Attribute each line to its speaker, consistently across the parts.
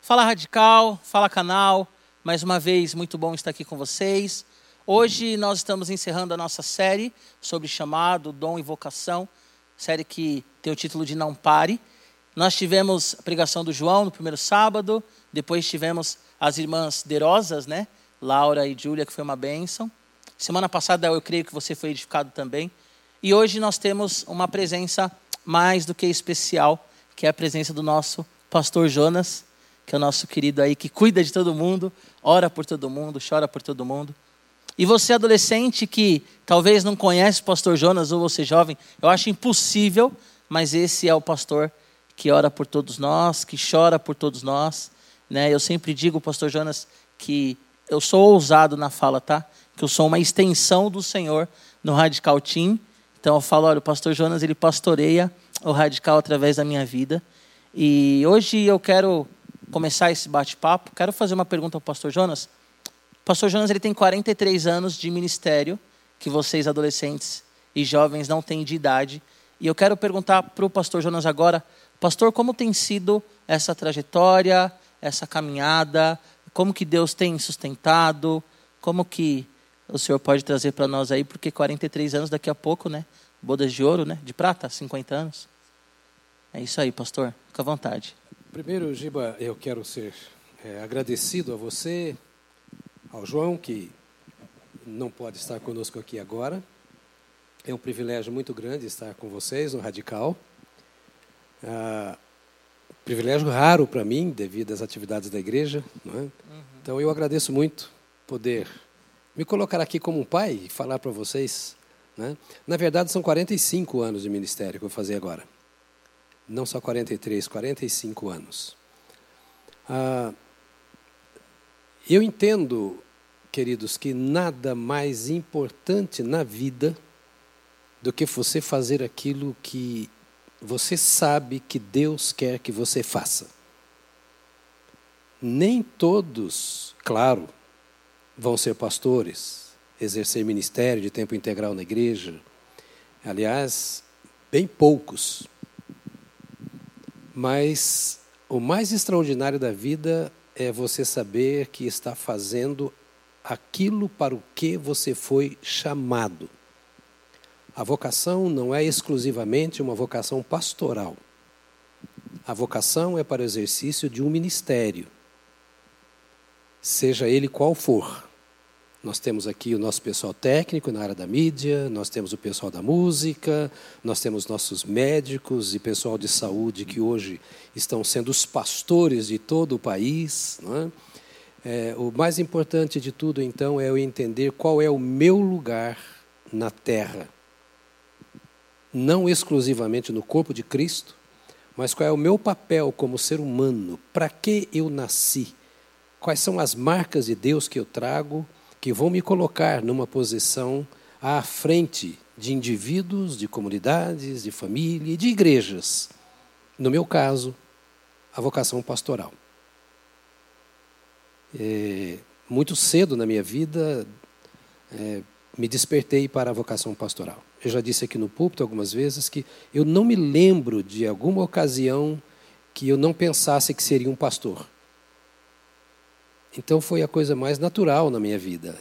Speaker 1: Fala Radical, fala canal, mais uma vez muito bom estar aqui com vocês. Hoje nós estamos encerrando a nossa série sobre chamado, dom e vocação, série que tem o título de Não Pare. Nós tivemos a pregação do João no primeiro sábado, depois tivemos as irmãs Derosas, né? Laura e Júlia, que foi uma bênção. Semana passada eu creio que você foi edificado também. E hoje nós temos uma presença mais do que especial, que é a presença do nosso pastor Jonas, que é o nosso querido aí, que cuida de todo mundo, ora por todo mundo, chora por todo mundo. E você adolescente que talvez não conhece o pastor Jonas, ou você jovem, eu acho impossível, mas esse é o pastor que ora por todos nós, que chora por todos nós, né? Eu sempre digo, pastor Jonas, que eu sou ousado na fala, tá? Que eu sou uma extensão do Senhor no Radical Team. Então eu falo, olha, o pastor Jonas, ele pastoreia o Radical através da minha vida. E hoje eu quero começar esse bate-papo, quero fazer uma pergunta ao pastor Jonas. O pastor Jonas, ele tem 43 anos de ministério, que vocês adolescentes e jovens não têm de idade. E eu quero perguntar para o pastor Jonas agora, pastor, como tem sido essa trajetória, essa caminhada, como que Deus tem sustentado, como que o senhor pode trazer para nós aí, porque 43 anos daqui a pouco, né? Bodas de ouro, né? De prata, 50 anos. É isso aí, pastor, fica à vontade.
Speaker 2: Primeiro, Giba, eu quero ser agradecido a você, ao João, que não pode estar conosco aqui agora. É um privilégio muito grande estar com vocês no Radical. Privilégio raro para mim, devido às atividades da igreja. Não é? Então, eu agradeço muito poder me colocar aqui como um pai e falar para vocês. Né? Na verdade, são 45 anos de ministério que eu vou fazer agora. Não só 43, 45 anos. Eu entendo, queridos, que nada mais importante na vida do que você fazer aquilo que você sabe que Deus quer que você faça. Nem todos, claro, vão ser pastores, exercer ministério de tempo integral na igreja. Aliás, bem poucos. Mas o mais extraordinário da vida é você saber que está fazendo aquilo para o que você foi chamado. A vocação não é exclusivamente uma vocação pastoral. A vocação é para o exercício de um ministério, seja ele qual for. Nós temos aqui o nosso pessoal técnico na área da mídia, nós temos o pessoal da música, nós temos nossos médicos e pessoal de saúde que hoje estão sendo os pastores de todo o país. Não é? O mais importante de tudo, então, é eu entender qual é o meu lugar na terra. Não exclusivamente no corpo de Cristo, mas qual é o meu papel como ser humano, para que eu nasci, quais são as marcas de Deus que eu trago, que vão me colocar numa posição à frente de indivíduos, de comunidades, de família e de igrejas. No meu caso, a vocação pastoral. Muito cedo na minha vida, me despertei para a vocação pastoral. Eu já disse aqui no púlpito algumas vezes que eu não me lembro de alguma ocasião que eu não pensasse que seria um pastor. Então foi a coisa mais natural na minha vida.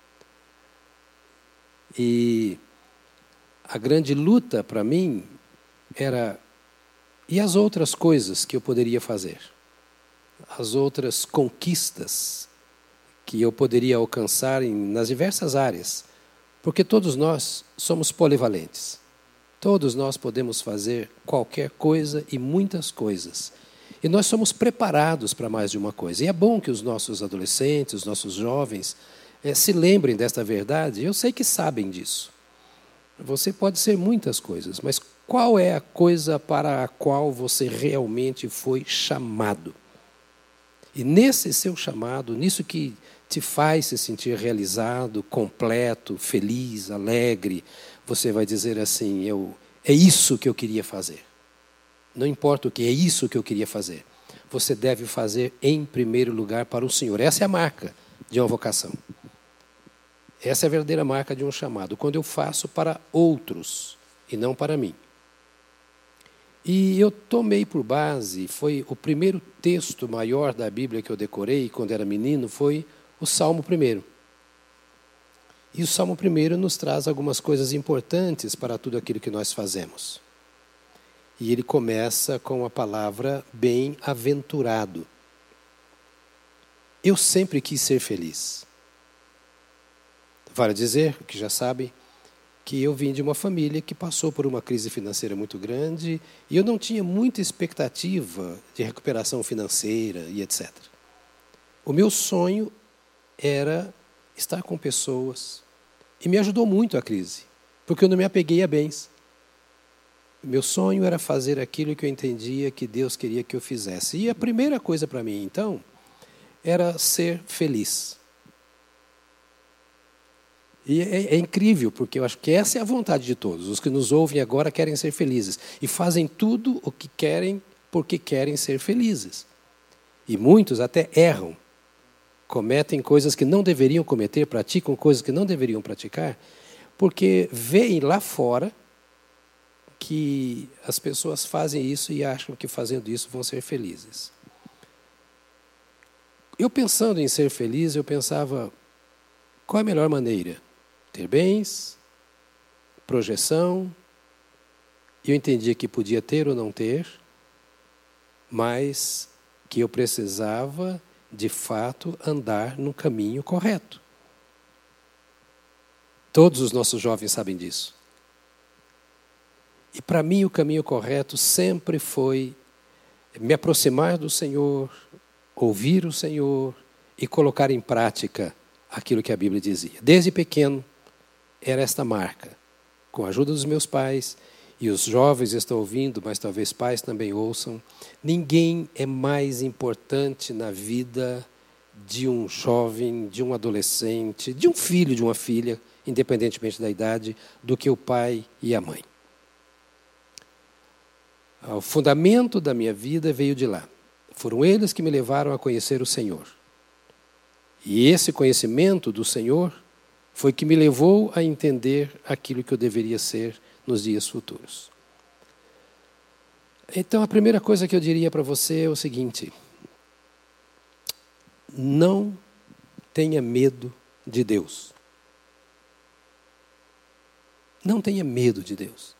Speaker 2: E a grande luta para mim era, e as outras coisas que eu poderia fazer? As outras conquistas que eu poderia alcançar nas diversas áreas? Porque todos nós somos polivalentes. Todos nós podemos fazer qualquer coisa e muitas coisas. E nós somos preparados para mais de uma coisa. E é bom que os nossos adolescentes, os nossos jovens, se lembrem desta verdade. Eu sei que sabem disso. Você pode ser muitas coisas, mas qual é a coisa para a qual você realmente foi chamado? E nesse seu chamado, nisso que te faz se sentir realizado, completo, feliz, alegre, você vai dizer assim, é isso que eu queria fazer. Não importa o que, é isso que eu queria fazer. Você deve fazer em primeiro lugar para o Senhor. Essa é a marca de uma vocação. Essa é a verdadeira marca de um chamado. Quando eu faço para outros e não para mim. E eu tomei por base, foi o primeiro texto maior da Bíblia que eu decorei quando era menino, foi o Salmo 1. E o Salmo 1 nos traz algumas coisas importantes para tudo aquilo que nós fazemos. E ele começa com a palavra bem-aventurado. Eu sempre quis ser feliz. Vale dizer, que já sabem, que eu vim de uma família que passou por uma crise financeira muito grande e eu não tinha muita expectativa de recuperação financeira e etc. O meu sonho era estar com pessoas e me ajudou muito a crise, porque eu não me apeguei a bens. Meu sonho era fazer aquilo que eu entendia que Deus queria que eu fizesse. E a primeira coisa para mim, então, era ser feliz. E é incrível, porque eu acho que essa é a vontade de todos. Os que nos ouvem agora querem ser felizes. E fazem tudo o que querem porque querem ser felizes. E muitos até erram. Cometem coisas que não deveriam cometer, praticam coisas que não deveriam praticar, porque veem lá fora que as pessoas fazem isso e acham que fazendo isso vão ser felizes. Eu pensando em ser feliz, eu pensava, qual é a melhor maneira? Ter bens, projeção. Eu entendia que podia ter ou não ter, mas que eu precisava, de fato, andar no caminho correto. Todos os nossos jovens sabem disso. E para mim o caminho correto sempre foi me aproximar do Senhor, ouvir o Senhor e colocar em prática aquilo que a Bíblia dizia. Desde pequeno era esta marca. Com a ajuda dos meus pais, e os jovens estão ouvindo, mas talvez pais também ouçam, ninguém é mais importante na vida de um jovem, de um adolescente, de um filho, de uma filha, independentemente da idade, do que o pai e a mãe. O fundamento da minha vida veio de lá. Foram eles que me levaram a conhecer o Senhor. E esse conhecimento do Senhor foi que me levou a entender aquilo que eu deveria ser nos dias futuros. Então, a primeira coisa que eu diria para você é o seguinte: não tenha medo de Deus. Não tenha medo de Deus.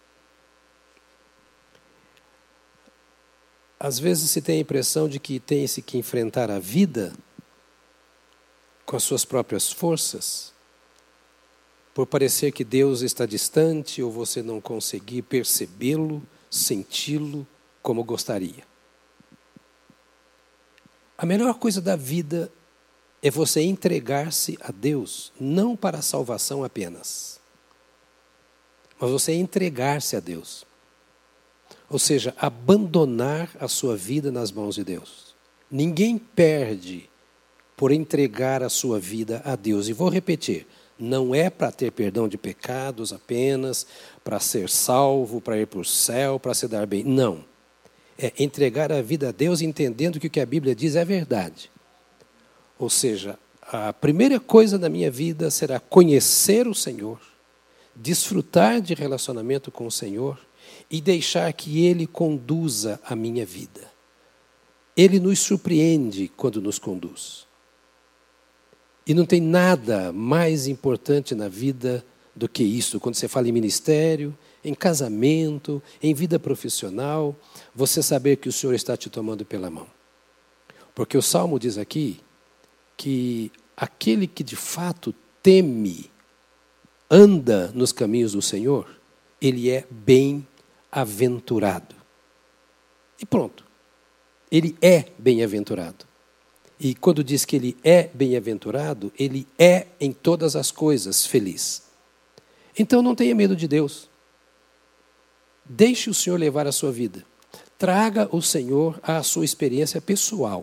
Speaker 2: Às vezes se tem a impressão de que tem-se que enfrentar a vida com as suas próprias forças, por parecer que Deus está distante ou você não conseguir percebê-lo, senti-lo como gostaria. A melhor coisa da vida é você entregar-se a Deus, não para a salvação apenas, mas você entregar-se a Deus. Ou seja, abandonar a sua vida nas mãos de Deus. Ninguém perde por entregar a sua vida a Deus. E vou repetir, não é para ter perdão de pecados apenas, para ser salvo, para ir para o céu, para se dar bem. Não. É entregar a vida a Deus entendendo que o que a Bíblia diz é verdade. Ou seja, a primeira coisa da minha vida será conhecer o Senhor, desfrutar de relacionamento com o Senhor e deixar que Ele conduza a minha vida. Ele nos surpreende quando nos conduz. E não tem nada mais importante na vida do que isso. Quando você fala em ministério, em casamento, em vida profissional, você saber que o Senhor está te tomando pela mão. Porque o Salmo diz aqui que aquele que de fato teme, anda nos caminhos do Senhor, ele é bem-aventurado. E pronto. Ele é bem-aventurado. E quando diz que ele é bem-aventurado, ele é em todas as coisas feliz. Então não tenha medo de Deus. Deixe o Senhor levar a sua vida. Traga o Senhor à sua experiência pessoal.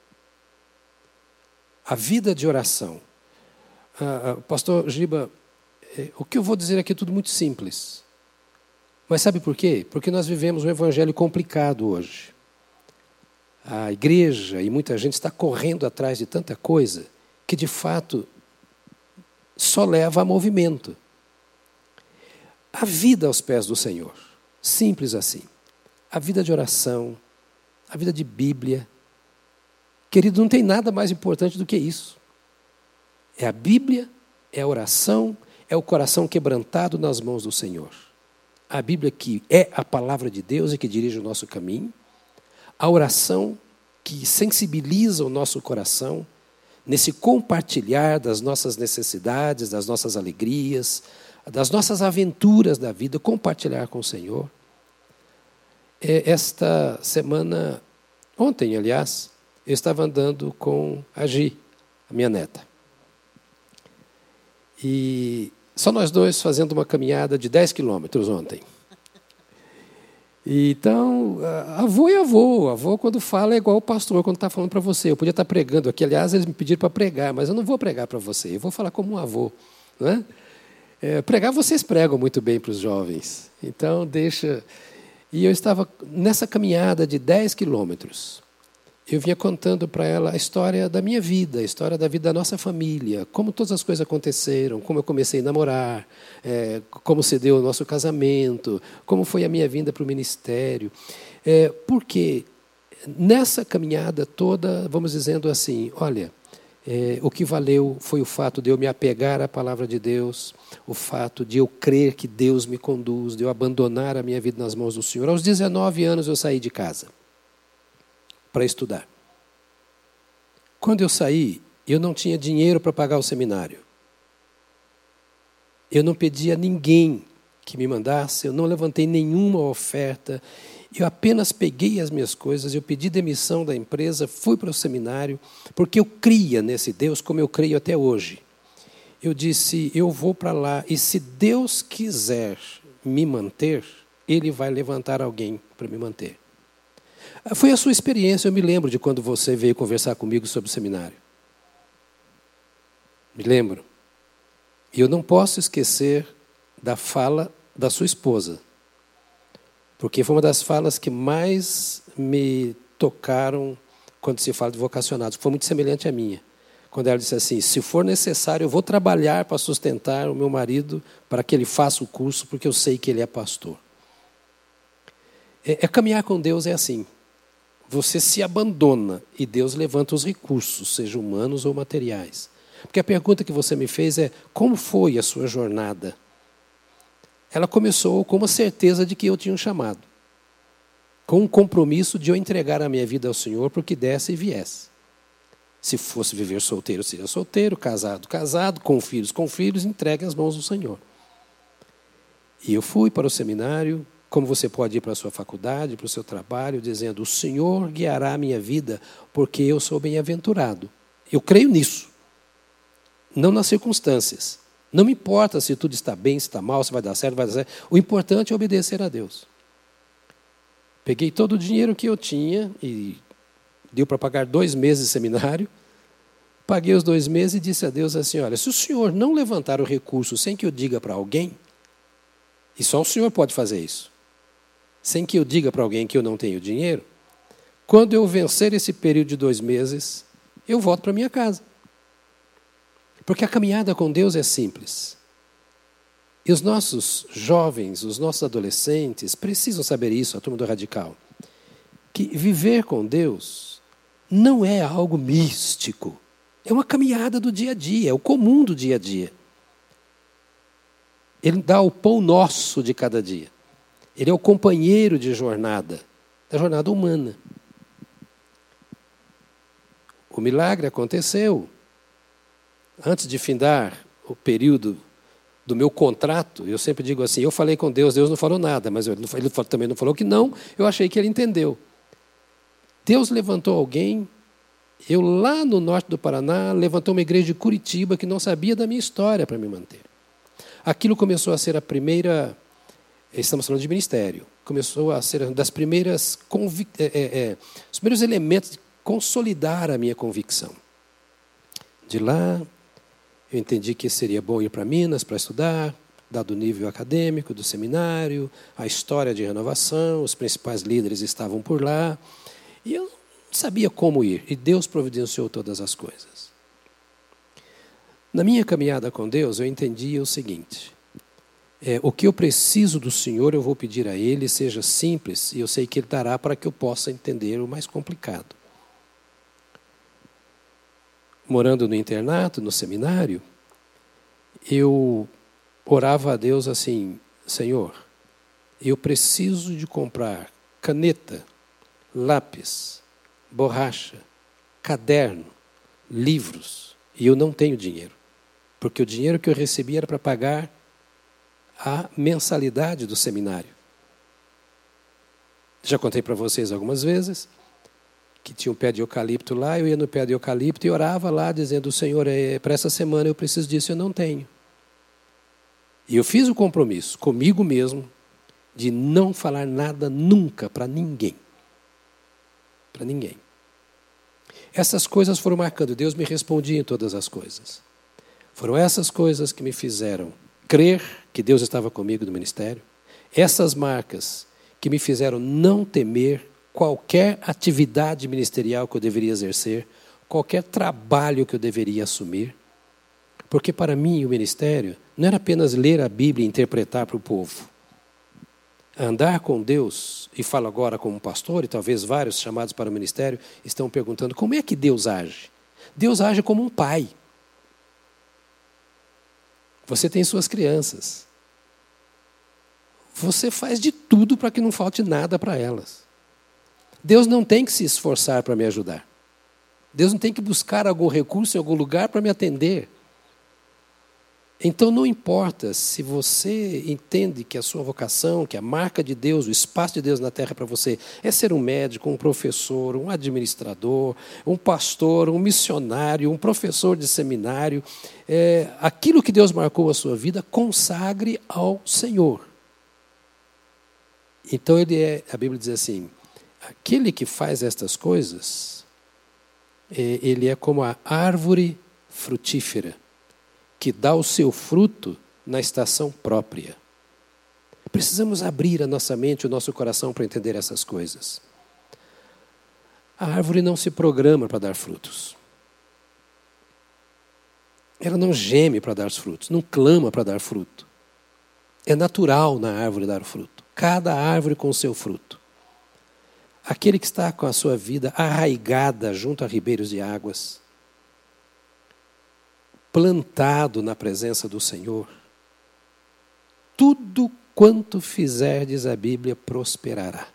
Speaker 2: A vida de oração. Pastor Giba, o que eu vou dizer aqui é tudo muito simples. Mas sabe por quê? Porque nós vivemos um evangelho complicado hoje. A igreja e muita gente está correndo atrás de tanta coisa que, de fato, só leva a movimento. A vida aos pés do Senhor. Simples assim. a vida de oração, a vida de Bíblia. Querido, não tem nada mais importante do que isso. É a Bíblia, é a oração, é o coração quebrantado nas mãos do Senhor. A Bíblia que é a palavra de Deus e que dirige o nosso caminho. A oração que sensibiliza o nosso coração nesse compartilhar das nossas necessidades, das nossas alegrias, das nossas aventuras da vida, compartilhar com o Senhor. Esta semana, ontem, aliás, eu estava andando com a Gi, a minha neta. E só nós dois fazendo uma caminhada de 10 quilômetros ontem. Então, avô é avô. Avô, quando fala, é igual o pastor quando está falando para você. Eu podia estar pregando aqui. Aliás, eles me pediram para pregar, mas eu não vou pregar para você. Eu vou falar como um avô. Não é? Pregar, vocês pregam muito bem para os jovens. Então, deixa... E eu estava nessa caminhada de 10 quilômetros. Eu vinha contando para ela a história da minha vida, a história da vida da nossa família, como todas as coisas aconteceram, como eu comecei a namorar, como se deu o nosso casamento, como foi a minha vinda para o ministério. Porque nessa caminhada toda, vamos dizendo assim, olha, o que valeu foi o fato de eu me apegar à palavra de Deus, o fato de eu crer que Deus me conduz, de eu abandonar a minha vida nas mãos do Senhor. Aos 19 anos eu saí de casa para estudar. Quando eu saí, eu não tinha dinheiro para pagar o seminário. Eu não pedi a ninguém que me mandasse, eu não levantei nenhuma oferta, eu apenas peguei as minhas coisas, eu pedi demissão da empresa, fui para o seminário, porque eu cria nesse Deus como eu creio até hoje. Eu disse, eu vou para lá, e se Deus quiser me manter, Ele vai levantar alguém para me manter. Foi a sua experiência, eu me lembro de quando você veio conversar comigo sobre o seminário. Me lembro. E eu não posso esquecer da fala da sua esposa, porque foi uma das falas que mais me tocaram quando se fala de vocacionados. Foi muito semelhante à minha. Quando ela disse assim, se for necessário, eu vou trabalhar para sustentar o meu marido, para que ele faça o curso, porque eu sei que ele é pastor. Caminhar com Deus é assim. Você se abandona e Deus levanta os recursos, sejam humanos ou materiais. Porque a pergunta que você me fez é, como foi a sua jornada? Ela começou com uma certeza de que eu tinha um chamado. Com um compromisso de eu entregar a minha vida ao Senhor para o que desse e viesse. Se fosse viver solteiro, seria solteiro, casado, casado, com filhos, entregue às mãos do Senhor. E eu fui para o seminário, como você pode ir para a sua faculdade, para o seu trabalho, dizendo, o Senhor guiará a minha vida, porque eu sou bem-aventurado. Eu creio nisso, não nas circunstâncias. Não me importa se tudo está bem, se está mal, se vai dar certo, vai dar certo. O importante é obedecer a Deus. Peguei todo o dinheiro que eu tinha, e deu para pagar 2 meses de seminário, paguei os 2 meses e disse a Deus assim, olha, se o Senhor não levantar o recurso sem que eu diga para alguém, e só o Senhor pode fazer isso, sem que eu diga para alguém que eu não tenho dinheiro, quando eu vencer esse período de 2 meses, eu volto para minha casa. Porque a caminhada com Deus é simples. E os nossos jovens, os nossos adolescentes, precisam saber isso, a turma do Radical. Que viver com Deus não é algo místico. É uma caminhada do dia a dia, é o comum do dia a dia. Ele dá o pão nosso de cada dia. Ele é o companheiro de jornada, da jornada humana. O milagre aconteceu. Antes de findar o período do meu contrato, eu sempre digo assim, eu falei com Deus, Deus não falou nada, mas ele também não falou que não, eu achei que ele entendeu. Deus levantou alguém, eu lá no norte do Paraná, levantou uma igreja de Curitiba que não sabia da minha história para me manter. Aquilo começou a ser a primeira... Estamos falando de ministério. Começou a ser uma das primeiras os primeiros elementos de consolidar a minha convicção. De lá, eu entendi que seria bom ir para Minas para estudar, dado o nível acadêmico do seminário, a história de renovação, os principais líderes estavam por lá, e eu não sabia como ir, e Deus providenciou todas as coisas. Na minha caminhada com Deus, eu entendi o seguinte, O que eu preciso do Senhor, eu vou pedir a Ele, seja simples, e eu sei que Ele dará para que eu possa entender o mais complicado. Morando no internato, no seminário, eu orava a Deus assim: Senhor, eu preciso de comprar caneta, lápis, borracha, caderno, livros, e eu não tenho dinheiro, porque o dinheiro que eu recebi era para pagar a mensalidade do seminário. Já contei para vocês algumas vezes que tinha um pé de eucalipto lá, eu ia no pé de eucalipto e orava lá dizendo: Senhor, para essa semana eu preciso disso, eu não tenho. E eu fiz o compromisso comigo mesmo de não falar nada nunca para ninguém. Para ninguém. Essas coisas foram marcando. Deus me respondia em todas as coisas. Foram essas coisas que me fizeram crer que Deus estava comigo no ministério. Essas marcas que me fizeram não temer qualquer atividade ministerial que eu deveria exercer, qualquer trabalho que eu deveria assumir. Porque para mim o ministério não era apenas ler a Bíblia e interpretar para o povo. Andar com Deus, e falo agora como pastor, e talvez vários chamados para o ministério estão perguntando: como é que Deus age? Deus age como um pai. Você tem suas crianças. Você faz de tudo para que não falte nada para elas. Deus não tem que se esforçar para me ajudar. Deus não tem que buscar algum recurso em algum lugar para me atender. Então não importa se você entende que a sua vocação, que a marca de Deus, o espaço de Deus na terra para você é ser um médico, um professor, um administrador, um pastor, um missionário, um professor de seminário. Aquilo que Deus marcou a sua vida, consagre ao Senhor. Então a Bíblia diz assim: aquele que faz estas coisas, ele é como a árvore frutífera, que dá o seu fruto na estação própria. Precisamos abrir a nossa mente, o nosso coração para entender essas coisas. A árvore não se programa para dar frutos. Ela não geme para dar frutos, não clama para dar fruto. É natural na árvore dar fruto. Cada árvore com o seu fruto. Aquele que está com a sua vida arraigada junto a ribeiros de águas, plantado na presença do Senhor, tudo quanto fizer, diz a Bíblia, prosperará.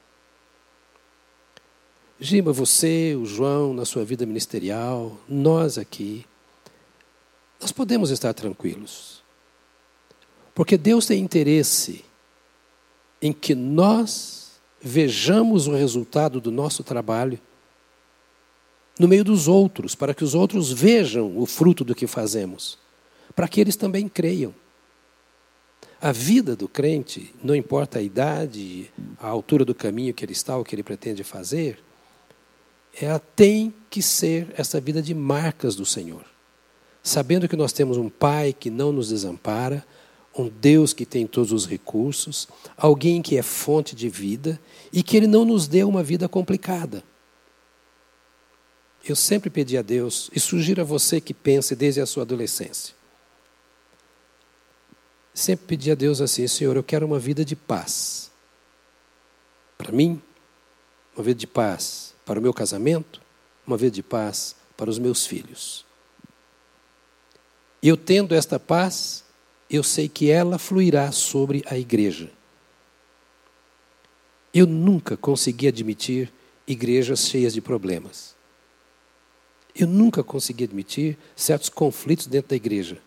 Speaker 2: Gima, você, o João, na sua vida ministerial, nós aqui, nós podemos estar tranquilos. Porque Deus tem interesse em que nós vejamos o resultado do nosso trabalho no meio dos outros, para que os outros vejam o fruto do que fazemos, para que eles também creiam. A vida do crente, não importa a idade, a altura do caminho que ele está, o que ele pretende fazer, ela tem que ser essa vida de marcas do Senhor. Sabendo que nós temos um Pai que não nos desampara, um Deus que tem todos os recursos, alguém que é fonte de vida e que Ele não nos deu uma vida complicada. Eu sempre pedi a Deus, e sugiro a você que pense desde a sua adolescência. Sempre pedi a Deus assim: Senhor, eu quero uma vida de paz. Para mim, uma vida de paz para o meu casamento, uma vida de paz para os meus filhos. E eu tendo esta paz, eu sei que ela fluirá sobre a igreja. Eu nunca consegui admitir igrejas cheias de problemas. Eu nunca consegui admitir certos conflitos dentro da igreja.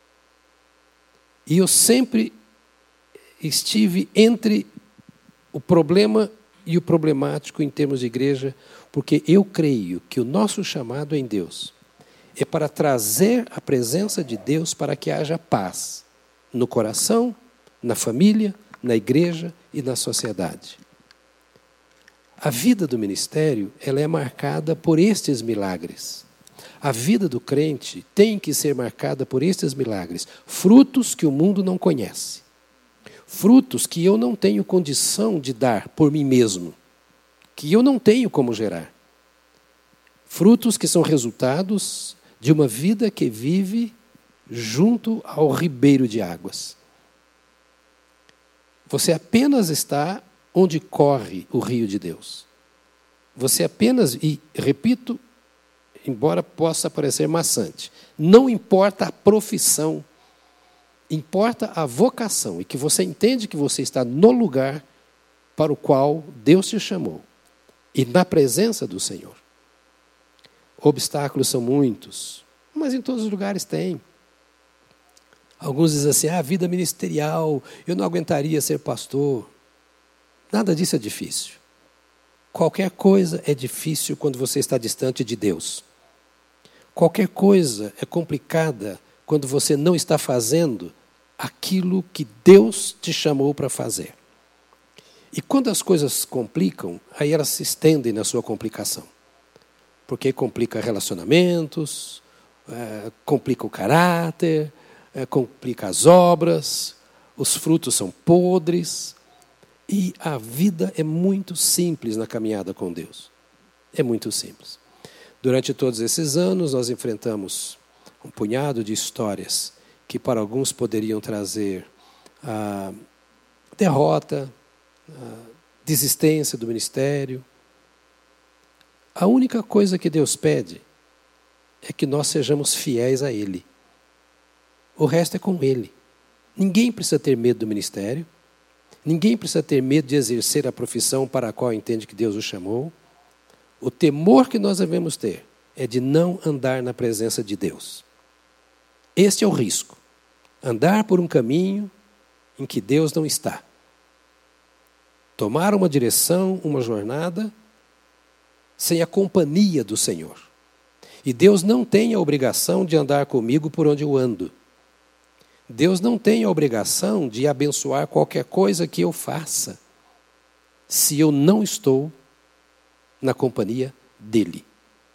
Speaker 2: E eu sempre estive entre o problema e o problemático em termos de igreja, porque eu creio que o nosso chamado em Deus é para trazer a presença de Deus para que haja paz no coração, na família, na igreja e na sociedade. A vida do ministério, ela é marcada por estes milagres. A vida do crente tem que ser marcada por estes milagres, frutos que o mundo não conhece, frutos que eu não tenho condição de dar por mim mesmo, que eu não tenho como gerar, frutos que são resultados de uma vida que vive junto ao ribeiro de águas. Você apenas está onde corre o rio de Deus. Você apenas, e repito, embora possa parecer maçante, não importa a profissão, importa a vocação, e que você entende que você está no lugar para o qual Deus te chamou, e na presença do Senhor. Obstáculos são muitos, mas em todos os lugares tem. Alguns dizem assim, a vida ministerial, eu não aguentaria ser pastor. Nada disso é difícil. Qualquer coisa é difícil quando você está distante de Deus. Qualquer coisa é complicada quando você não está fazendo aquilo que Deus te chamou para fazer. E quando as coisas complicam, aí elas se estendem na sua complicação. Porque complica relacionamentos, complica o caráter, complica as obras, os frutos são podres. E a vida é muito simples na caminhada com Deus. É muito simples. Durante todos esses anos, nós enfrentamos um punhado de histórias que para alguns poderiam trazer derrota, desistência do ministério. A única coisa que Deus pede é que nós sejamos fiéis a Ele. O resto é com Ele. Ninguém precisa ter medo do ministério. Ninguém precisa ter medo de exercer a profissão para a qual entende que Deus o chamou. O temor que nós devemos ter é de não andar na presença de Deus. Este é o risco. Andar por um caminho em que Deus não está. Tomar uma direção, uma jornada, sem a companhia do Senhor. E Deus não tem a obrigação de andar comigo por onde eu ando. Deus não tem a obrigação de abençoar qualquer coisa que eu faça, se eu não estou na companhia dEle.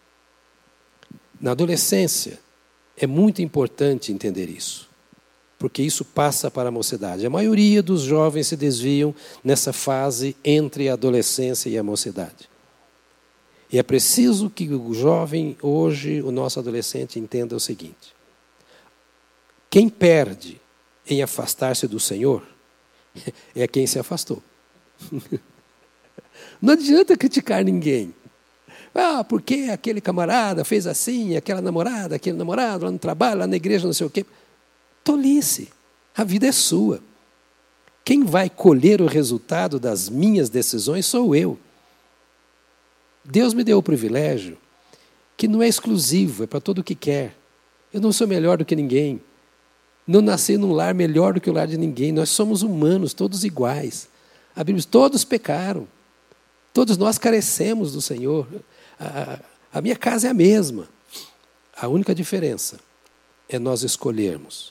Speaker 2: Na adolescência, é muito importante entender isso, porque isso passa para a mocidade. A maioria dos jovens se desviam nessa fase entre a adolescência e a mocidade. E é preciso que o jovem, hoje, o nosso adolescente, entenda o seguinte: quem perde em afastar-se do Senhor é quem se afastou. Não adianta criticar ninguém. Porque aquele camarada fez assim, aquela namorada, aquele namorado, lá no trabalho, lá na igreja, não sei o quê. Tolice. A vida é sua. Quem vai colher o resultado das minhas decisões sou eu. Deus me deu o privilégio que não é exclusivo, é para todo o que quer. Eu não sou melhor do que ninguém. Não nasci num lar melhor do que o lar de ninguém. Nós somos humanos, todos iguais. A Bíblia diz, todos pecaram. Todos nós carecemos do Senhor. A minha casa é a mesma. A única diferença é nós escolhermos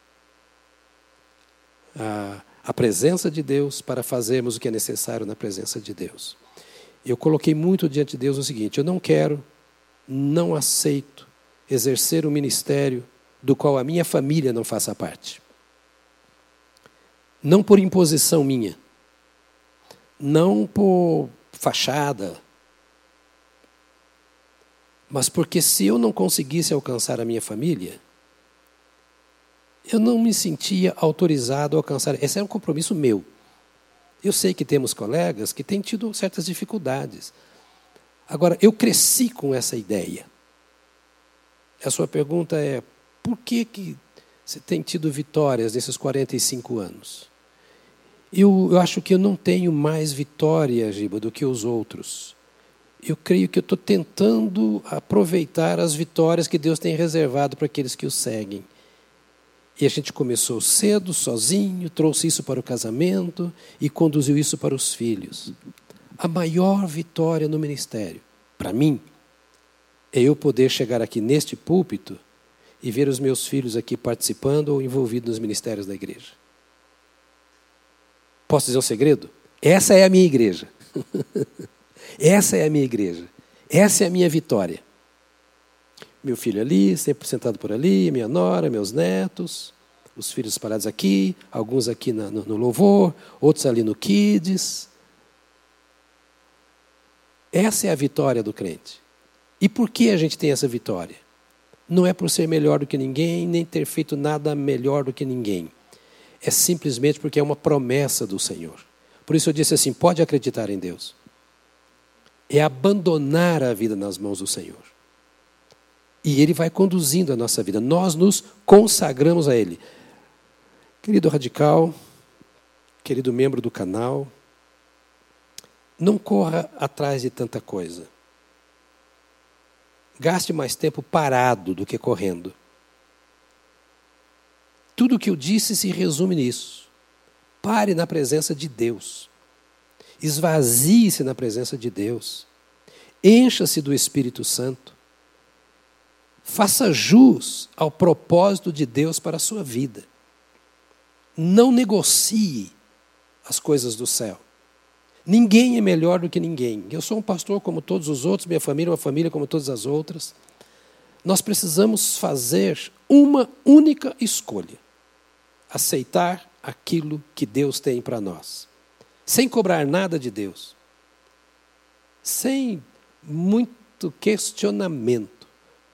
Speaker 2: a presença de Deus para fazermos o que é necessário na presença de Deus. Eu coloquei muito diante de Deus o seguinte: eu não quero, não aceito exercer um ministério do qual a minha família não faça parte. Não por imposição minha, não por fachada, mas porque se eu não conseguisse alcançar a minha família, eu não me sentia autorizado a alcançar. Esse é um compromisso meu. Eu sei que temos colegas que têm tido certas dificuldades. Agora, eu cresci com essa ideia. A sua pergunta é: por que você tem tido vitórias nesses 45 anos? Eu acho que eu não tenho mais vitória, Giba, do que os outros. Eu creio que eu estou tentando aproveitar as vitórias que Deus tem reservado para aqueles que o seguem. E a gente começou cedo, sozinho, trouxe isso para o casamento e conduziu isso para os filhos. A maior vitória no ministério, para mim, é eu poder chegar aqui neste púlpito e ver os meus filhos aqui participando ou envolvidos nos ministérios da igreja. Posso dizer um segredo? Essa é a minha igreja. Essa é a minha igreja. Essa é a minha vitória. Meu filho ali, sempre sentado por ali, minha nora, meus netos, os filhos espalhados aqui, alguns aqui no louvor, outros ali no Kids. Essa é a vitória do crente. E por que a gente tem essa vitória? Não é por ser melhor do que ninguém, nem ter feito nada melhor do que ninguém. é simplesmente porque é uma promessa do Senhor. Por isso eu disse assim, pode acreditar em Deus. É abandonar a vida nas mãos do Senhor. E Ele vai conduzindo a nossa vida. Nós nos consagramos a Ele. Querido radical, querido membro do canal, não corra atrás de tanta coisa. Gaste mais tempo parado do que correndo. Tudo o que eu disse se resume nisso. Pare na presença de Deus. Esvazie-se na presença de Deus. Encha-se do Espírito Santo. Faça jus ao propósito de Deus para a sua vida. Não negocie as coisas do céu. Ninguém é melhor do que ninguém. Eu sou um pastor como todos os outros, minha família é uma família como todas as outras. Nós precisamos fazer uma única escolha. Aceitar aquilo que Deus tem para nós. Sem cobrar nada de Deus. Sem muito questionamento.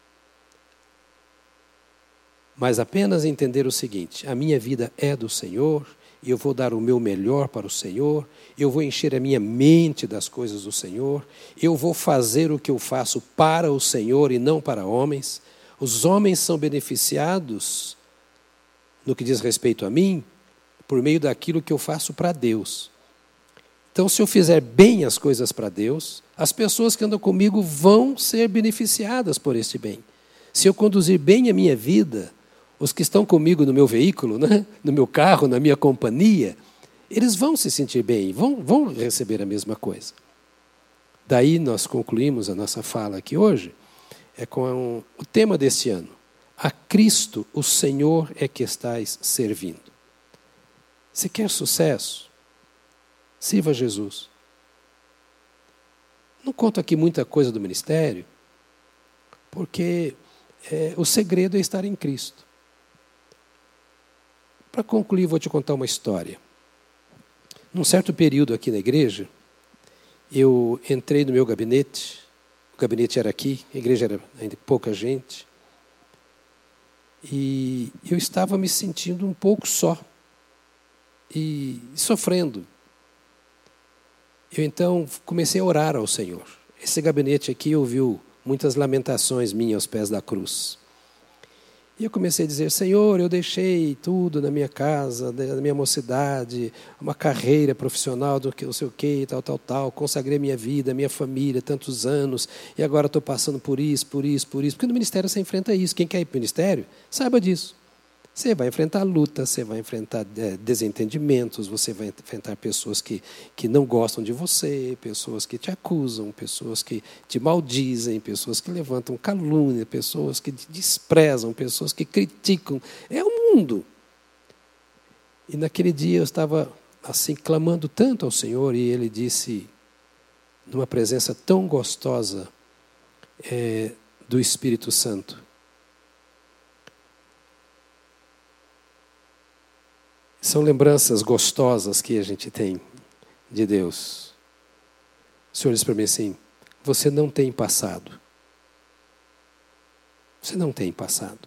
Speaker 2: Mas apenas entender o seguinte, a minha vida é do Senhor, e eu vou dar o meu melhor para o Senhor, eu vou encher a minha mente das coisas do Senhor, eu vou fazer o que eu faço para o Senhor e não para homens. Os homens são beneficiados, no que diz respeito a mim, por meio daquilo que eu faço para Deus. Então, se eu fizer bem as coisas para Deus, as pessoas que andam comigo vão ser beneficiadas por este bem. Se eu conduzir bem a minha vida, os que estão comigo no meu veículo, né? No meu carro, na minha companhia, eles vão se sentir bem, vão receber a mesma coisa. Daí nós concluímos a nossa fala aqui hoje, com o tema deste ano. A Cristo, o Senhor é que estais servindo. Você quer sucesso? Sirva a Jesus. Não conto aqui muita coisa do ministério, porque o segredo é estar em Cristo. Para concluir, vou te contar uma história. Num certo período aqui na igreja, eu entrei no meu gabinete, o gabinete era aqui, a igreja era ainda pouca gente, e eu estava me sentindo um pouco só e sofrendo. Eu então comecei a orar ao Senhor. Esse gabinete aqui ouviu muitas lamentações minhas aos pés da cruz. E eu comecei a dizer, Senhor, eu deixei tudo na minha casa, na minha mocidade, uma carreira profissional do que não sei o que, tal, consagrei minha vida, minha família, tantos anos, e agora estou passando por isso. Porque no ministério você enfrenta isso. Quem quer ir para o ministério, saiba disso. Você vai enfrentar luta, você vai enfrentar desentendimentos, você vai enfrentar pessoas que não gostam de você, pessoas que te acusam, pessoas que te maldizem, pessoas que levantam calúnia, pessoas que te desprezam, pessoas que criticam. É o mundo. E naquele dia eu estava assim clamando tanto ao Senhor e Ele disse, numa presença tão gostosa do Espírito Santo, são lembranças gostosas que a gente tem de Deus. O Senhor disse para mim assim, você não tem passado. Você não tem passado.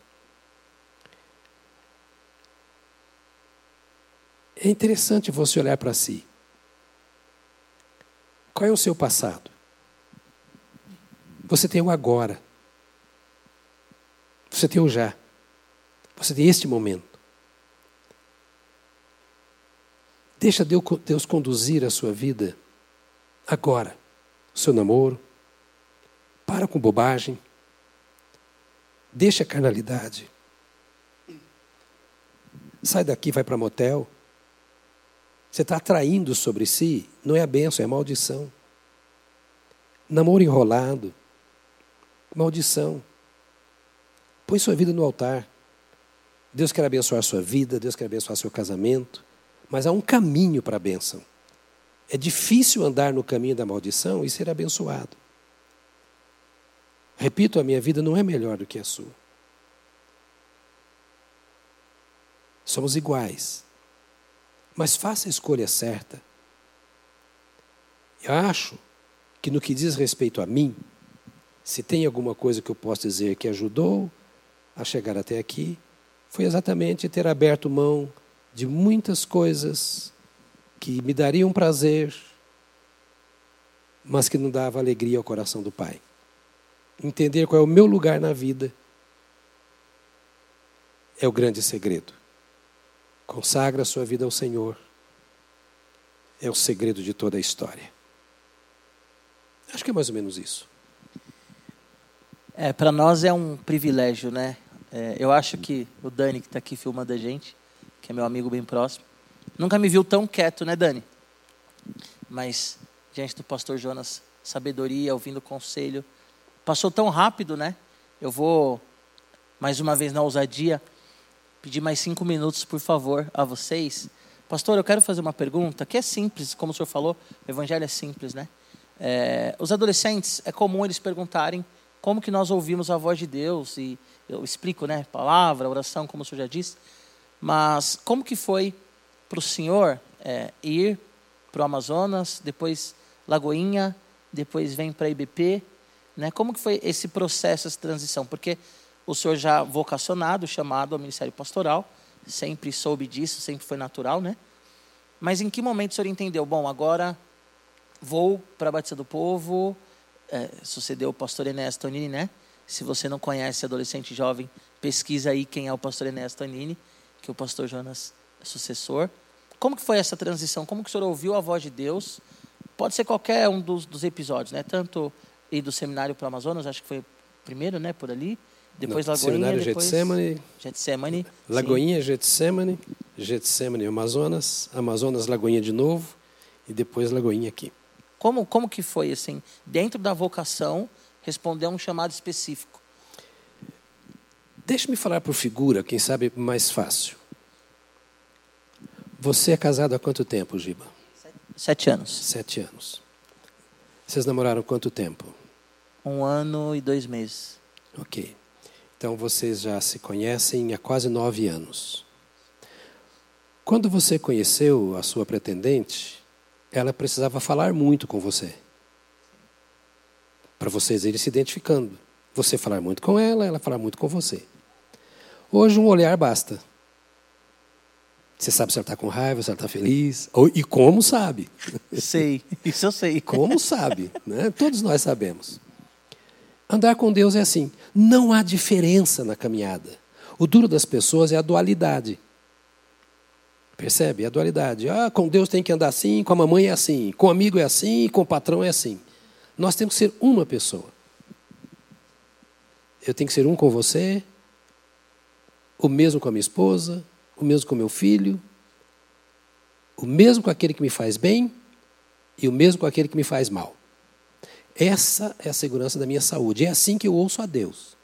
Speaker 2: É interessante você olhar para si. Qual é o seu passado? Você tem o agora. Você tem o já. Você tem este momento. Deixa Deus conduzir a sua vida agora. O seu namoro. Para com bobagem. Deixa a carnalidade. Sai daqui, vai para motel. Você está atraindo sobre si, não é a bênção, é a maldição. Namoro enrolado. Maldição. Põe sua vida no altar. Deus quer abençoar a sua vida, Deus quer abençoar seu casamento. Mas há um caminho para a bênção. É difícil andar no caminho da maldição e ser abençoado. Repito, a minha vida não é melhor do que a sua. Somos iguais. Mas faça a escolha certa. Eu acho que no que diz respeito a mim, se tem alguma coisa que eu posso dizer que ajudou a chegar até aqui, foi exatamente ter aberto mão de muitas coisas que me dariam prazer, mas que não dava alegria ao coração do Pai. Entender qual é o meu lugar na vida é o grande segredo. Consagra a sua vida ao Senhor. É o segredo de toda a história. Acho que é mais ou menos isso.
Speaker 1: Para nós é um privilégio, né? Eu acho que o Dani, que está aqui filmando a gente, que é meu amigo bem próximo, nunca me viu tão quieto, né, Dani? Mas, diante do pastor Jonas, sabedoria, ouvindo conselho, passou tão rápido, né? Eu vou, mais uma vez na ousadia, pedir mais 5 minutos, por favor, a vocês. Pastor, eu quero fazer uma pergunta que é simples, como o senhor falou, o evangelho é simples, né? Os adolescentes, é comum eles perguntarem como que nós ouvimos a voz de Deus, e eu explico, né? Palavra, oração, como o senhor já disse, mas como que foi para o senhor ir para o Amazonas, depois Lagoinha, depois vem para a IBP, né? Como que foi esse processo, essa transição? Porque o senhor já vocacionado, chamado ao ministério pastoral, sempre soube disso, sempre foi natural, né? Mas em que momento o senhor entendeu? Bom, agora vou para a Batista do Povo, sucedeu o pastor Enéas Tonini, né? Se você não conhece, adolescente jovem, pesquisa aí quem é o pastor Enéas Tonini, que o pastor Jonas é sucessor. Como que foi essa transição? Como que o senhor ouviu a voz de Deus? Pode ser qualquer um dos episódios, né? Tanto ir do seminário para o Amazonas, acho que foi o primeiro, né? Por ali. Depois Lagoinha,
Speaker 2: seminário
Speaker 1: depois
Speaker 2: Getsemane, Lagoinha, sim. Getsemane, Amazonas, Lagoinha de novo e depois Lagoinha aqui.
Speaker 1: Como que foi, assim, dentro da vocação, responder a um chamado específico?
Speaker 2: Deixe-me falar por figura, quem sabe mais fácil. Você é casado há quanto tempo, Giba?
Speaker 1: 7 anos.
Speaker 2: 7 anos. Vocês namoraram quanto tempo?
Speaker 1: 1 ano e 2 meses.
Speaker 2: Ok. Então, vocês já se conhecem há quase 9 anos. Quando você conheceu a sua pretendente, ela precisava falar muito com você. Para vocês irem se identificando. Você falar muito com ela, ela falar muito com você. Hoje, um olhar basta. Você sabe se ela está com raiva, se ela está feliz. E como sabe?
Speaker 1: Sei, isso eu sei.
Speaker 2: Como sabe, né? Todos nós sabemos. Andar com Deus é assim. Não há diferença na caminhada. O duro das pessoas é a dualidade. Percebe? É a dualidade. Com Deus tem que andar assim, com a mamãe é assim, com o amigo é assim, com o patrão é assim. Nós temos que ser uma pessoa. Eu tenho que ser um com você, o mesmo com a minha esposa, o mesmo com o meu filho, o mesmo com aquele que me faz bem e o mesmo com aquele que me faz mal. Essa é a segurança da minha saúde. É assim que eu ouço a Deus.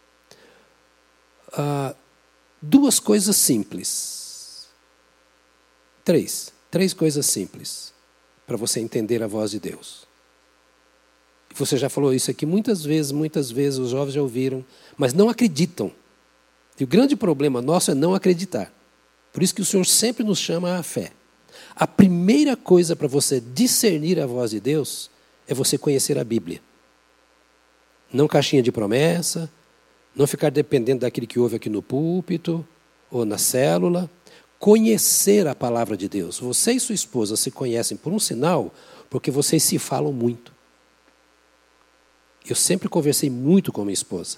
Speaker 2: 2 coisas simples. 3 coisas simples para você entender a voz de Deus. Você já falou isso aqui muitas vezes os jovens já ouviram, mas não acreditam. E o grande problema nosso é não acreditar. Por isso que o Senhor sempre nos chama à fé. A primeira coisa para você discernir a voz de Deus é você conhecer a Bíblia. Não caixinha de promessa, não ficar dependendo daquilo que ouve aqui no púlpito ou na célula. Conhecer a palavra de Deus. Você e sua esposa se conhecem por um sinal, porque vocês se falam muito. Eu sempre conversei muito com minha esposa.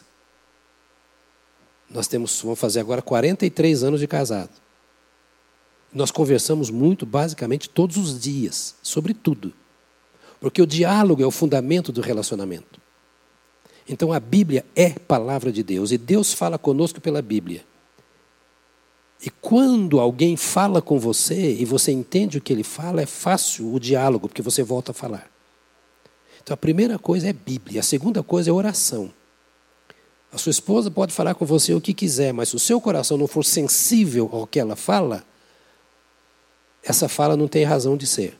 Speaker 2: Vamos fazer agora 43 anos de casado. Nós conversamos muito, basicamente, todos os dias, sobre tudo. Porque o diálogo é o fundamento do relacionamento. Então a Bíblia é palavra de Deus, e Deus fala conosco pela Bíblia. E quando alguém fala com você, e você entende o que ele fala, é fácil o diálogo, porque você volta a falar. Então a primeira coisa é Bíblia, a segunda coisa é oração. A sua esposa pode falar com você o que quiser, mas se o seu coração não for sensível ao que ela fala, essa fala não tem razão de ser.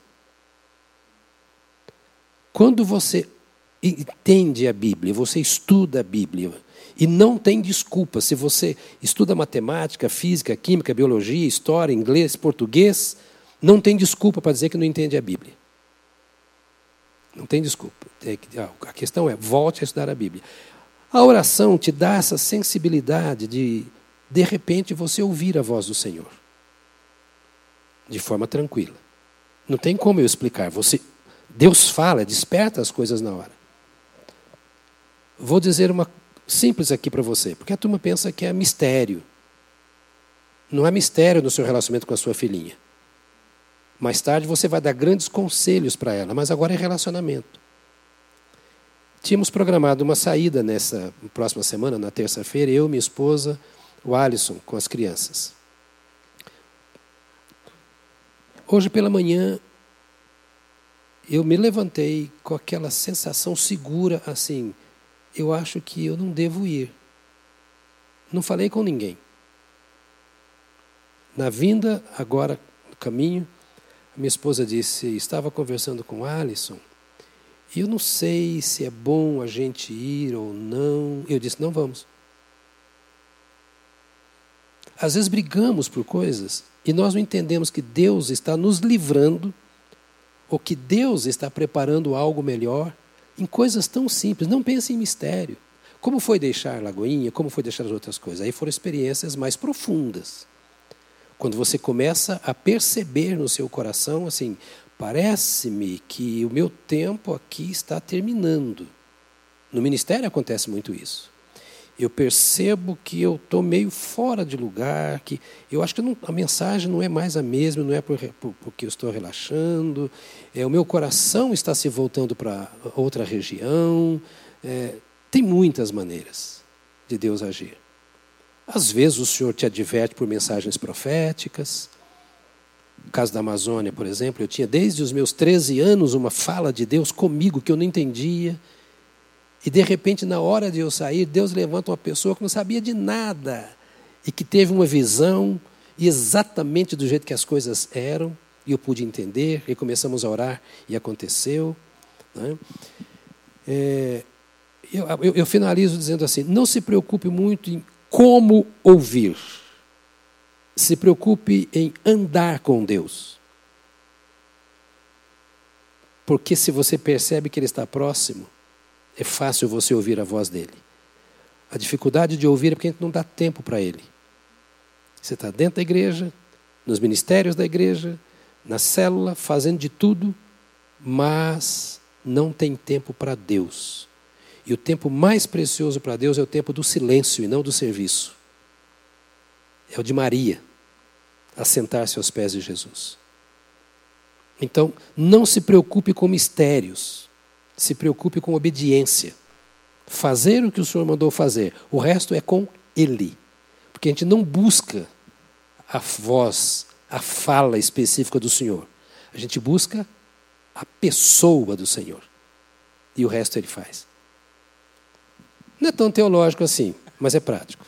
Speaker 2: Quando você entende a Bíblia, você estuda a Bíblia, e não tem desculpa. Se você estuda matemática, física, química, biologia, história, inglês, português, não tem desculpa para dizer que não entende a Bíblia. Não tem desculpa. A questão é, volte a estudar a Bíblia. A oração te dá essa sensibilidade de repente, você ouvir a voz do Senhor. de forma tranquila. Não tem como eu explicar. Deus fala, desperta as coisas na hora. Vou dizer uma simples aqui para você, porque a turma pensa que é mistério. Não há mistério no seu relacionamento com a sua filhinha. Mais tarde você vai dar grandes conselhos para ela, mas agora é relacionamento. Tínhamos programado uma saída nessa próxima semana, na terça-feira, eu, minha esposa, o Alisson, com as crianças. Hoje pela manhã, eu me levantei com aquela sensação segura, assim, eu acho que eu não devo ir. Não falei com ninguém. Na vinda, agora, no caminho, a minha esposa disse, estava conversando com o Alisson, e eu não sei se é bom a gente ir ou não. Eu disse, não vamos. Às vezes brigamos por coisas e nós não entendemos que Deus está nos livrando ou que Deus está preparando algo melhor em coisas tão simples. Não pense em mistério. Como foi deixar Lagoinha, como foi deixar as outras coisas. Aí foram experiências mais profundas. Quando você começa a perceber no seu coração, assim, parece-me que o meu tempo aqui está terminando. No ministério acontece muito isso. Eu percebo que eu estou meio fora de lugar, que eu acho que a mensagem não é mais a mesma, não é porque eu estou relaxando, o meu coração está se voltando para outra região. Tem muitas maneiras de Deus agir. Às vezes o Senhor te adverte por mensagens proféticas. No caso da Amazônia, por exemplo, eu tinha desde os meus 13 anos uma fala de Deus comigo que eu não entendia. E de repente, na hora de eu sair, Deus levanta uma pessoa que não sabia de nada e que teve uma visão exatamente do jeito que as coisas eram, e eu pude entender, e começamos a orar, e aconteceu. Né? Eu finalizo dizendo assim, não se preocupe muito em como ouvir. Se preocupe em andar com Deus. Porque se você percebe que Ele está próximo, é fácil você ouvir a voz dele. A dificuldade de ouvir é porque a gente não dá tempo para ele. Você está dentro da igreja, nos ministérios da igreja, na célula, fazendo de tudo, mas não tem tempo para Deus. E o tempo mais precioso para Deus é o tempo do silêncio e não do serviço. É o de Maria, assentar-se aos pés de Jesus. Então, não se preocupe com mistérios. Se preocupe com obediência. Fazer o que o Senhor mandou fazer. O resto é com Ele. Porque a gente não busca a voz, a fala específica do Senhor. A gente busca a pessoa do Senhor. E o resto Ele faz. Não é tão teológico assim, mas é prático.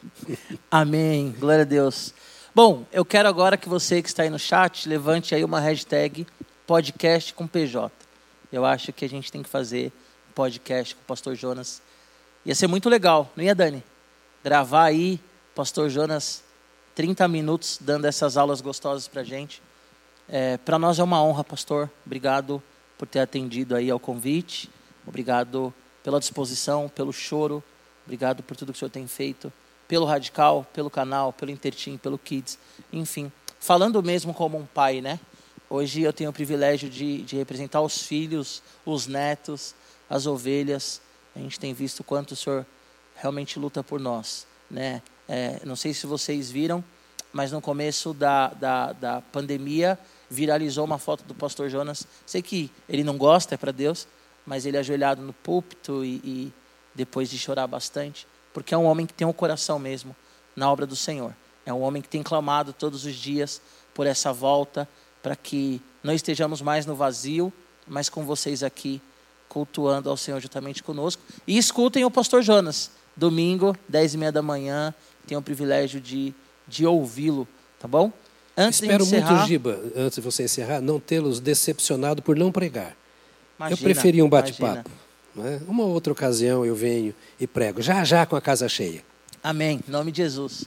Speaker 1: Amém. Glória a Deus. Bom, eu quero agora que você que está aí no chat, levante aí uma hashtag podcast com PJ. Eu acho que a gente tem que fazer um podcast com o pastor Jonas. Ia ser muito legal, não ia, Dani? Gravar aí, pastor Jonas, 30 minutos, dando essas aulas gostosas para a gente. Para nós é uma honra, pastor. Obrigado por ter atendido aí ao convite. Obrigado pela disposição, pelo choro. Obrigado por tudo que o senhor tem feito. Pelo Radical, pelo canal, pelo Intertim, pelo Kids. Enfim, falando mesmo como um pai, né? Hoje eu tenho o privilégio de representar os filhos, os netos, as ovelhas. A gente tem visto o quanto o Senhor realmente luta por nós. Né? Não sei se vocês viram, mas no começo da pandemia viralizou uma foto do pastor Jonas. Sei que ele não gosta, é para Deus, mas ele ajoelhado no púlpito e depois de chorar bastante, porque é um homem que tem um coração mesmo na obra do Senhor. É um homem que tem clamado todos os dias por essa volta, para que não estejamos mais no vazio, mas com vocês aqui, cultuando ao Senhor juntamente conosco. E escutem o pastor Jonas, domingo, 10h30 da manhã, tenho o privilégio de ouvi-lo, tá bom?
Speaker 2: Espero muito, Giba, antes de você encerrar, não tê-los decepcionado por não pregar.
Speaker 1: Imagina,
Speaker 2: eu preferia um bate-papo. Né? Uma outra ocasião eu venho e prego, já com a casa cheia.
Speaker 1: Amém, em nome de Jesus.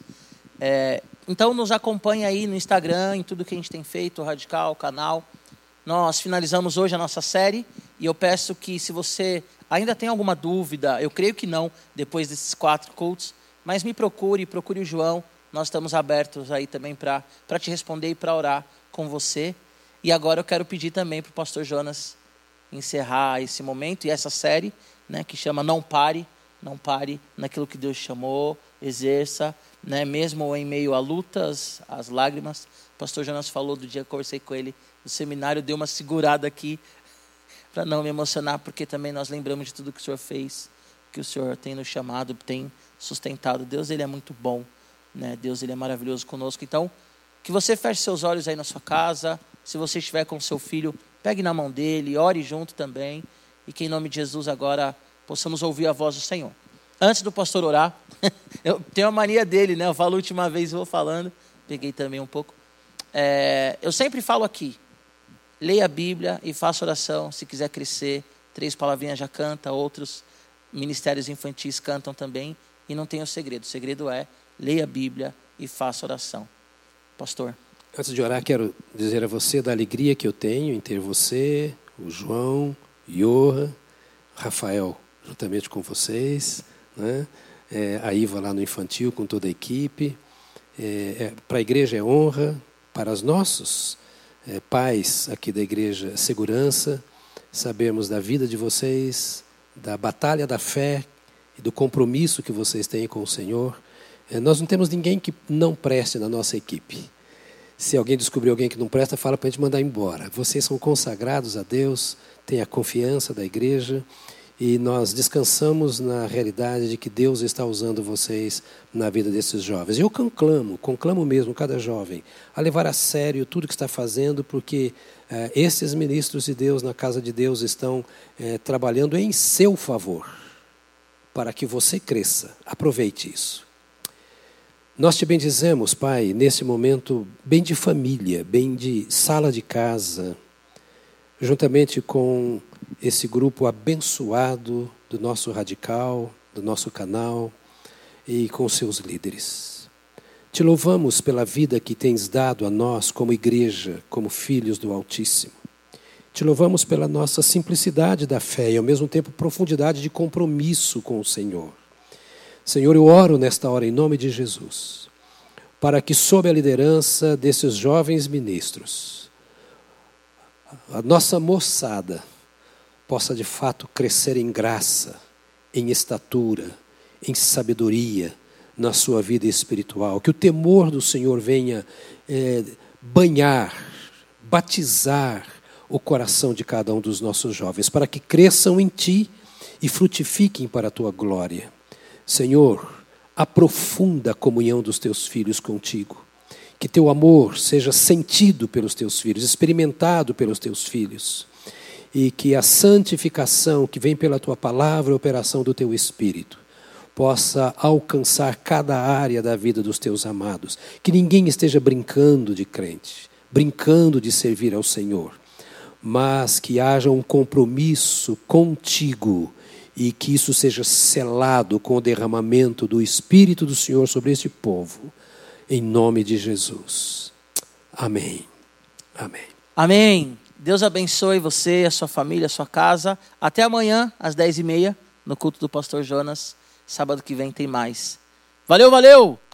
Speaker 1: Então nos acompanha aí no Instagram, em tudo que a gente tem feito, o Radical, o canal. Nós finalizamos hoje a nossa série e eu peço que, se você ainda tem alguma dúvida, eu creio que não, depois desses 4 cultos, mas me procure o João nós estamos abertos aí também para te responder e para orar com você. E agora eu quero pedir também para o pastor Jonas encerrar esse momento e essa série, né, que chama Não Pare naquilo que Deus chamou, exerça, né, mesmo em meio a lutas, às lágrimas. O pastor Jonas falou do dia que eu conversei com ele no seminário, deu uma segurada aqui para não me emocionar, porque também nós lembramos de tudo que o Senhor fez, que o Senhor tem nos chamado, tem sustentado. Deus, Ele é muito bom, né? Deus, Ele é maravilhoso conosco. Então, que você feche seus olhos aí na sua casa. Se você estiver com seu filho, pegue na mão dele, ore junto também. E que em nome de Jesus agora possamos ouvir a voz do Senhor. Antes do pastor orar, eu tenho a mania dele, né? Eu falo a última vez, vou falando. Peguei também um pouco. Eu sempre falo aqui, leia a Bíblia e faça oração. Se quiser crescer, 3 palavrinhas já canta, outros ministérios infantis cantam também. E não tem o segredo. O segredo é, leia a Bíblia e faça oração. Pastor.
Speaker 2: Antes de orar, quero dizer a você da alegria que eu tenho em ter você, o João, Johan, Rafael, juntamente com vocês, né? A Iva lá no infantil, com toda a equipe. Para a igreja é honra, para os nossos pais aqui da igreja, segurança, sabermos da vida de vocês, da batalha da fé e do compromisso que vocês têm com o Senhor. Nós não temos ninguém que não preste na nossa equipe. Se alguém descobrir alguém que não presta, fala para a gente mandar embora. Vocês são consagrados a Deus, têm a confiança da igreja e nós descansamos na realidade de que Deus está usando vocês na vida desses jovens. Eu conclamo mesmo cada jovem a levar a sério tudo que está fazendo, porque esses ministros de Deus na casa de Deus estão trabalhando em seu favor, para que você cresça. Aproveite isso. Nós te bendizemos, Pai, nesse momento bem de família, bem de sala de casa, juntamente com esse grupo abençoado do nosso radical, do nosso canal e com seus líderes. Te louvamos pela vida que tens dado a nós como igreja, como filhos do Altíssimo. Te louvamos pela nossa simplicidade da fé e ao mesmo tempo profundidade de compromisso com o Senhor. Senhor, eu oro nesta hora em nome de Jesus, para que sob a liderança desses jovens ministros, a nossa moçada possa de fato crescer em graça, em estatura, em sabedoria na sua vida espiritual. Que o temor do Senhor venha banhar, batizar o coração de cada um dos nossos jovens, para que cresçam em Ti e frutifiquem para a Tua glória. Senhor, aprofunda a comunhão dos Teus filhos contigo. Que Teu amor seja sentido pelos Teus filhos, experimentado pelos Teus filhos. E que a santificação que vem pela Tua palavra e a operação do Teu Espírito possa alcançar cada área da vida dos Teus amados. Que ninguém esteja brincando de crente, brincando de servir ao Senhor, mas que haja um compromisso contigo e que isso seja selado com o derramamento do Espírito do Senhor sobre este povo, em nome de Jesus. Amém. Amém.
Speaker 1: Amém. Deus abençoe você, a sua família, a sua casa. Até amanhã, às 10h30, no culto do pastor Jonas. Sábado que vem tem mais. Valeu, valeu!